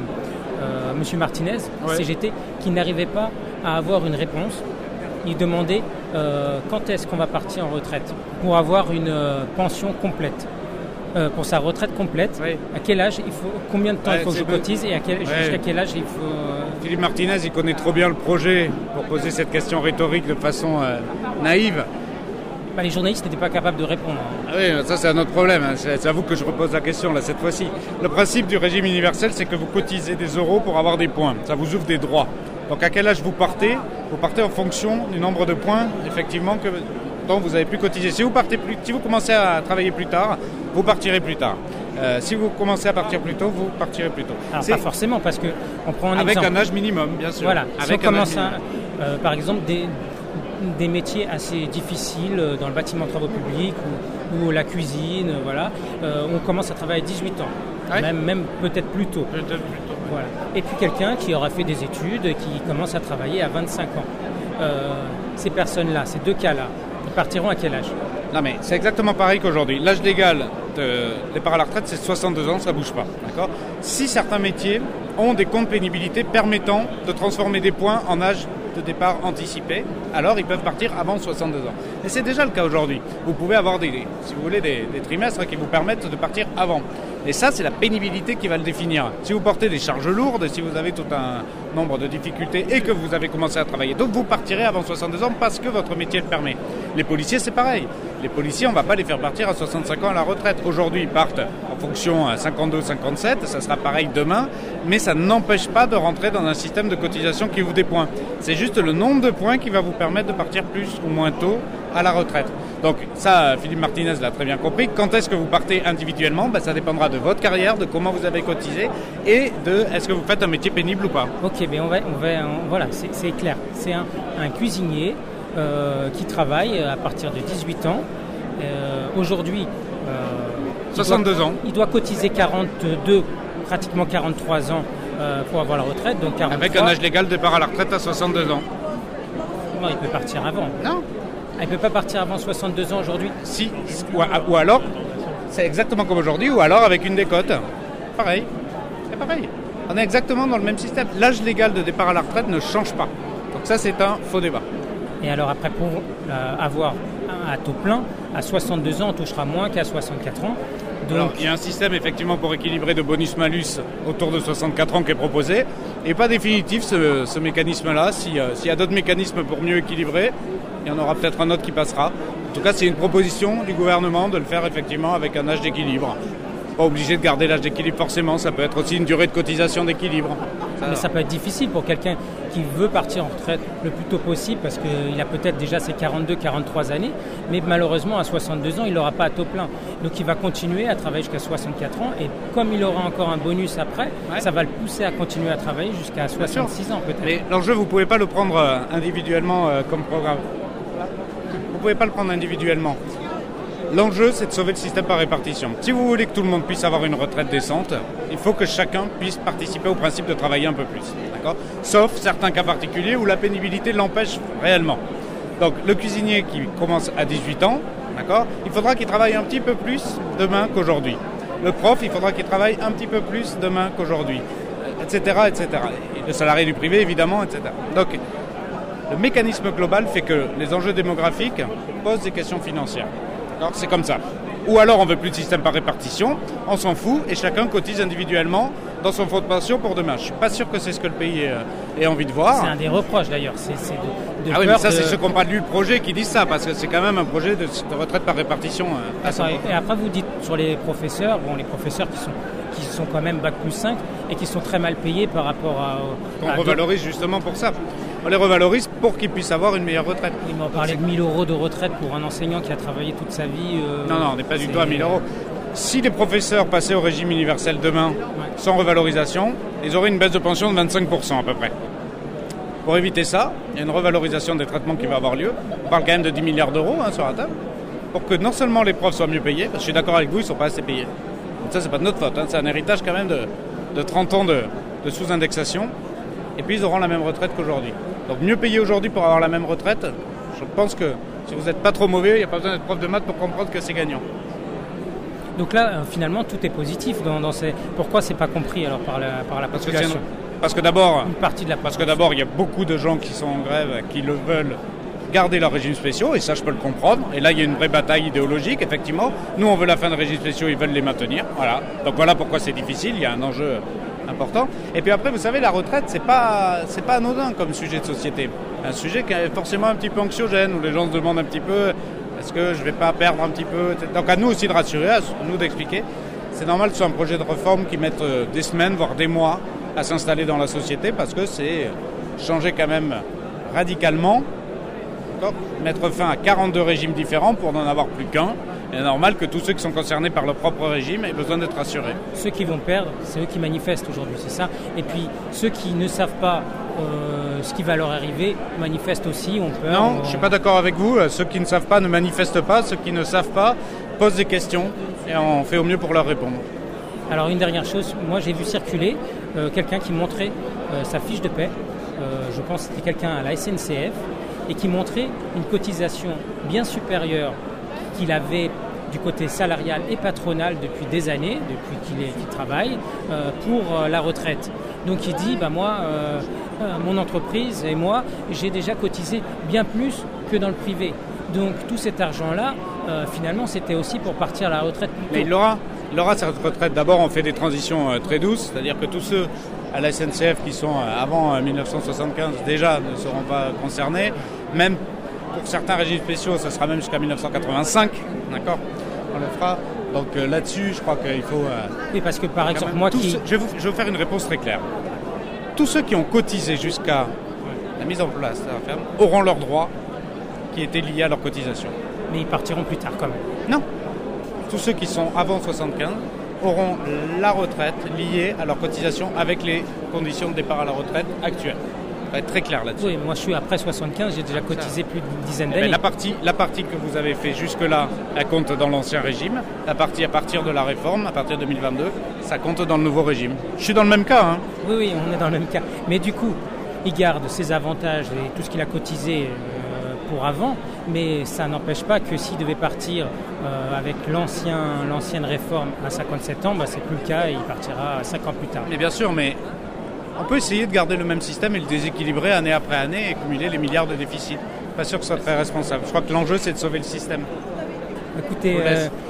Monsieur Martinez, CGT, qui n'arrivait pas à avoir une réponse. Il demandait quand est-ce qu'on va partir en retraite pour avoir une pension complète, pour sa retraite complète. À quel âge il faut, combien de temps il faut que je cotise et jusqu'à quel âge il faut. Philippe Martinez, il connaît trop bien le projet pour poser cette question rhétorique de façon naïve. Les journalistes n'étaient pas capables de répondre. Ah oui, ça c'est un autre problème. C'est à vous que je repose la question là cette fois-ci. Le principe du régime universel, c'est que vous cotisez des euros pour avoir des points. Ça vous ouvre des droits. Donc à quel âge vous partez en fonction du nombre de points, effectivement, dont vous avez pu cotiser. Si vous commencez à travailler plus tard, vous partirez plus tard. Si vous commencez à partir plus tôt, vous partirez plus tôt. Alors pas forcément, parce qu'on prend un avec exemple. un âge minimum, bien sûr. Voilà. Avec si on commence minimum. Par exemple des métiers assez difficiles dans le bâtiment de travaux publics ou la cuisine, voilà. On commence à travailler à 18 ans, même peut-être plus tôt. Voilà. Et puis quelqu'un qui aura fait des études, qui commence à travailler à 25 ans. Ces personnes-là, ces deux cas-là, ils partiront à quel âge ? Non mais c'est exactement pareil qu'aujourd'hui. L'âge légal de départ à la retraite, c'est 62 ans, ça ne bouge pas. D'accord ? Si certains métiers ont des comptes pénibilité permettant de transformer des points en âge de départ anticipé, alors ils peuvent partir avant 62 ans. Et c'est déjà le cas aujourd'hui. Vous pouvez avoir des trimestres qui vous permettent de partir avant. Et ça, c'est la pénibilité qui va le définir. Si vous portez des charges lourdes, si vous avez tout un nombre de difficultés et que vous avez commencé à travailler, donc vous partirez avant 62 ans parce que votre métier le permet. Les policiers, c'est pareil. Les policiers, on ne va pas les faire partir à 65 ans à la retraite. Aujourd'hui, ils partent en fonction à 52-57, ça sera pareil demain, mais ça n'empêche pas de rentrer dans un système de cotisation qui vous des points. C'est juste le nombre de points qui va vous permettre de partir plus ou moins tôt à la retraite. Donc ça, Philippe Martinez l'a très bien compris. Quand est-ce que vous partez individuellement ? Ça dépendra de votre carrière, de comment vous avez cotisé et de est-ce que vous faites un métier pénible ou pas. Ok, mais voilà, c'est clair. C'est un cuisinier qui travaille à partir de 18 ans. Aujourd'hui, 62 ans. Il doit cotiser 42, pratiquement 43 ans pour avoir la retraite. Donc 43. Avec un âge légal de départ à la retraite à 62 ans. Non, il peut partir avant. Non. Il ne peut pas partir avant 62 ans aujourd'hui ? Si, ou alors, c'est exactement comme aujourd'hui, ou alors avec une décote. Pareil, c'est pareil. On est exactement dans le même système. L'âge légal de départ à la retraite ne change pas. Donc ça, c'est un faux débat. Et alors après, pour avoir à taux plein, à 62 ans, on touchera moins qu'à 64 ans. Donc... Alors, il y a un système effectivement pour équilibrer de bonus-malus autour de 64 ans qui est proposé. Et pas définitif ce mécanisme-là. S'il y a d'autres mécanismes pour mieux équilibrer, il y en aura peut-être un autre qui passera. En tout cas, c'est une proposition du gouvernement de le faire effectivement avec un âge d'équilibre. Pas obligé de garder l'âge d'équilibre forcément, ça peut être aussi une durée de cotisation d'équilibre. Mais ça peut être difficile pour quelqu'un qui veut partir en retraite le plus tôt possible parce qu'il a peut-être déjà ses 42-43 années, mais malheureusement à 62 ans, il n'aura pas à taux plein. Donc il va continuer à travailler jusqu'à 64 ans et comme il aura encore un bonus après, ça va le pousser à continuer à travailler jusqu'à 66 ans peut-être. Mais l'enjeu, vous ne pouvez pas le prendre individuellement comme programme. Vous ne pouvez pas le prendre individuellement. L'enjeu, c'est de sauver le système par répartition. Si vous voulez que tout le monde puisse avoir une retraite décente, il faut que chacun puisse participer au principe de travailler un peu plus. D'accord ? Sauf certains cas particuliers où la pénibilité l'empêche réellement. Donc, le cuisinier qui commence à 18 ans, D'accord ? Il faudra qu'il travaille un petit peu plus demain qu'aujourd'hui. Le prof, il faudra qu'il travaille un petit peu plus demain qu'aujourd'hui, etc., etc. Et le salarié du privé, évidemment, etc. Donc, le mécanisme global fait que les enjeux démographiques posent des questions financières. D'accord ? C'est comme ça. Ou alors on veut plus de système par répartition, on s'en fout et chacun cotise individuellement dans son fonds de pension pour demain. Je ne suis pas sûr que c'est ce que le pays ait envie de voir. C'est un des reproches d'ailleurs. Ah oui, mais ça c'est ceux qui n'ont pas lu le projet qui disent ça, parce que c'est quand même un projet de retraite par répartition. Et après vous dites sur les professeurs, les professeurs qui sont quand même Bac+5 et qui sont très mal payés par rapport à... On revalorise justement pour ça. On les revalorise pour qu'ils puissent avoir une meilleure retraite. Oui, mais on parlait de 1 000 € de retraite pour un enseignant qui a travaillé toute sa vie. Non, on n'est pas du tout à 1 000 €. Si les professeurs passaient au régime universel demain, sans revalorisation, ils auraient une baisse de pension de 25% à peu près. Pour éviter ça, il y a une revalorisation des traitements qui va avoir lieu. On parle quand même de 10 milliards d'euros sur la table, pour que non seulement les profs soient mieux payés, parce que je suis d'accord avec vous, ils ne sont pas assez payés. Donc ça, c'est pas de notre faute, c'est un héritage quand même de 30 ans de sous-indexation. Et puis ils auront la même retraite qu'aujourd'hui. Donc mieux payé aujourd'hui pour avoir la même retraite, je pense que si vous n'êtes pas trop mauvais, il n'y a pas besoin d'être prof de maths pour comprendre que c'est gagnant. Donc là, finalement, tout est positif dans ces... Pourquoi c'est pas compris alors par la population ? Parce que d'abord, une partie de la parce que d'abord, il y a beaucoup de gens qui sont en grève, qui le veulent garder leurs régimes spéciaux, et ça je peux le comprendre. Et là, il y a une vraie bataille idéologique, effectivement. Nous, on veut la fin des régimes spéciaux, ils veulent les maintenir. Voilà. Donc voilà pourquoi c'est difficile, il y a un enjeu important. Et puis après, vous savez, la retraite, c'est pas anodin comme sujet de société. Un sujet qui est forcément un petit peu anxiogène, où les gens se demandent un petit peu est-ce que je vais pas perdre un petit peu. Donc à nous aussi de rassurer, à nous d'expliquer. C'est normal que ce soit un projet de réforme qui mette des semaines, voire des mois à s'installer dans la société, parce que c'est changer quand même radicalement, mettre fin à 42 régimes différents pour n'en avoir plus qu'un. Il est normal que tous ceux qui sont concernés par leur propre régime aient besoin d'être rassurés. Ceux qui vont perdre, c'est eux qui manifestent aujourd'hui, c'est ça. Et puis ceux qui ne savent pas ce qui va leur arriver manifestent aussi, ont peur. Non, je ne suis pas d'accord avec vous. Ceux qui ne savent pas ne manifestent pas. Ceux qui ne savent pas posent des questions et on fait au mieux pour leur répondre. Alors une dernière chose, moi j'ai vu circuler quelqu'un qui montrait sa fiche de paie. Je pense que c'était quelqu'un à la SNCF et qui montrait une cotisation bien supérieure qu'il avait du côté salarial et patronal depuis des années, depuis qu'il travaille, pour la retraite. Donc il dit, moi, mon entreprise et moi, j'ai déjà cotisé bien plus que dans le privé. Donc tout cet argent-là, finalement, c'était aussi pour partir à la retraite plus tôt. Mais il aura cette retraite. D'abord, on fait des transitions très douces, c'est-à-dire que tous ceux à la SNCF qui sont avant 1975 déjà ne seront pas concernés. Même pour certains régimes spéciaux, ça sera même jusqu'à 1985, d'accord ? On le fera. Donc là-dessus, je crois qu'il faut... Oui, parce que par exemple, je vais vous faire une réponse très claire. Tous ceux qui ont cotisé jusqu'à la mise en place de la ferme auront leurs droits qui étaient liés à leur cotisation. Mais ils partiront plus tard quand même. Non. Tous ceux qui sont avant 75 auront la retraite liée à leur cotisation avec les conditions de départ à la retraite actuelles. Ça va être très clair là-dessus. Oui, moi je suis après 75, j'ai déjà cotisé plus d'une dizaine d'années. La partie que vous avez fait jusque-là, elle compte dans l'ancien régime. La partie à partir de la réforme, à partir de 2022, ça compte dans le nouveau régime. Je suis dans le même cas. Hein. Oui, on est dans le même cas. Mais du coup, il garde ses avantages et tout ce qu'il a cotisé pour avant, mais ça n'empêche pas que s'il devait partir avec l'ancienne réforme à 57 ans, c'est plus le cas et il partira 5 ans plus tard. Mais bien sûr, mais on peut essayer de garder le même système et le déséquilibrer année après année et cumuler les milliards de déficit. Pas sûr que ce soit très responsable. Je crois que l'enjeu, c'est de sauver le système. Écoutez,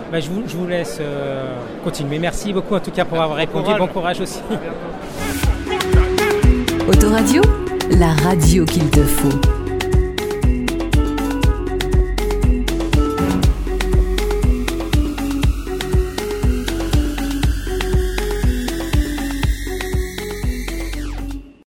je vous laisse continuer. Merci beaucoup en tout cas pour avoir répondu. Bon courage aussi. Autoradio, la radio qu'il te faut.